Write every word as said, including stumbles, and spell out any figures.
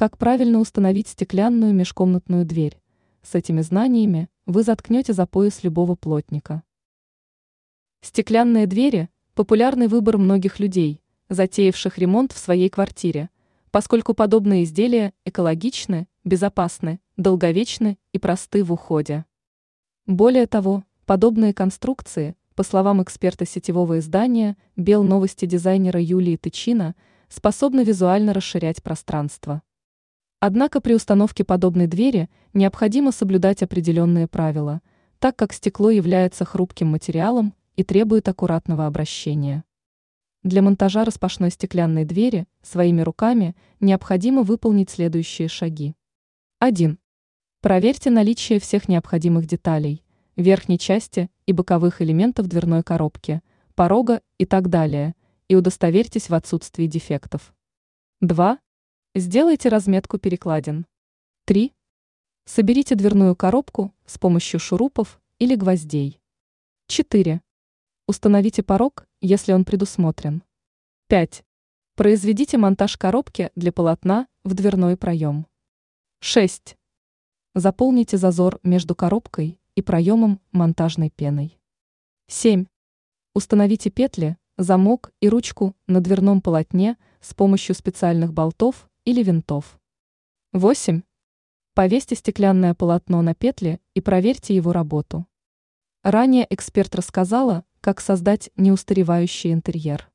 Как правильно установить стеклянную межкомнатную дверь? С этими знаниями вы заткнете за пояс любого плотника. Стеклянные двери – популярный выбор многих людей, затеявших ремонт в своей квартире, поскольку подобные изделия экологичны, безопасны, долговечны и просты в уходе. Более того, подобные конструкции, по словам эксперта сетевого издания «Белновости» дизайнера Юлии Тычина, способны визуально расширять пространство. Однако при установке подобной двери необходимо соблюдать определенные правила, так как стекло является хрупким материалом и требует аккуратного обращения. Для монтажа распашной стеклянной двери своими руками необходимо выполнить следующие шаги. один. Проверьте наличие всех необходимых деталей, верхней части и боковых элементов дверной коробки, порога и так далее, и удостоверьтесь в отсутствии дефектов. два. Сделайте разметку перекладин. три. Соберите дверную коробку с помощью шурупов или гвоздей. четыре. Установите порог, если он предусмотрен. пять. Произведите монтаж коробки для полотна в дверной проем. шесть. Заполните зазор между коробкой и проемом монтажной пеной. семь. Установите петли, замок и ручку на дверном полотне с помощью специальных болтов или винтов. восемь. Повесьте стеклянное полотно на петли и проверьте его работу. Ранее эксперт рассказала, как создать неустаревающий интерьер.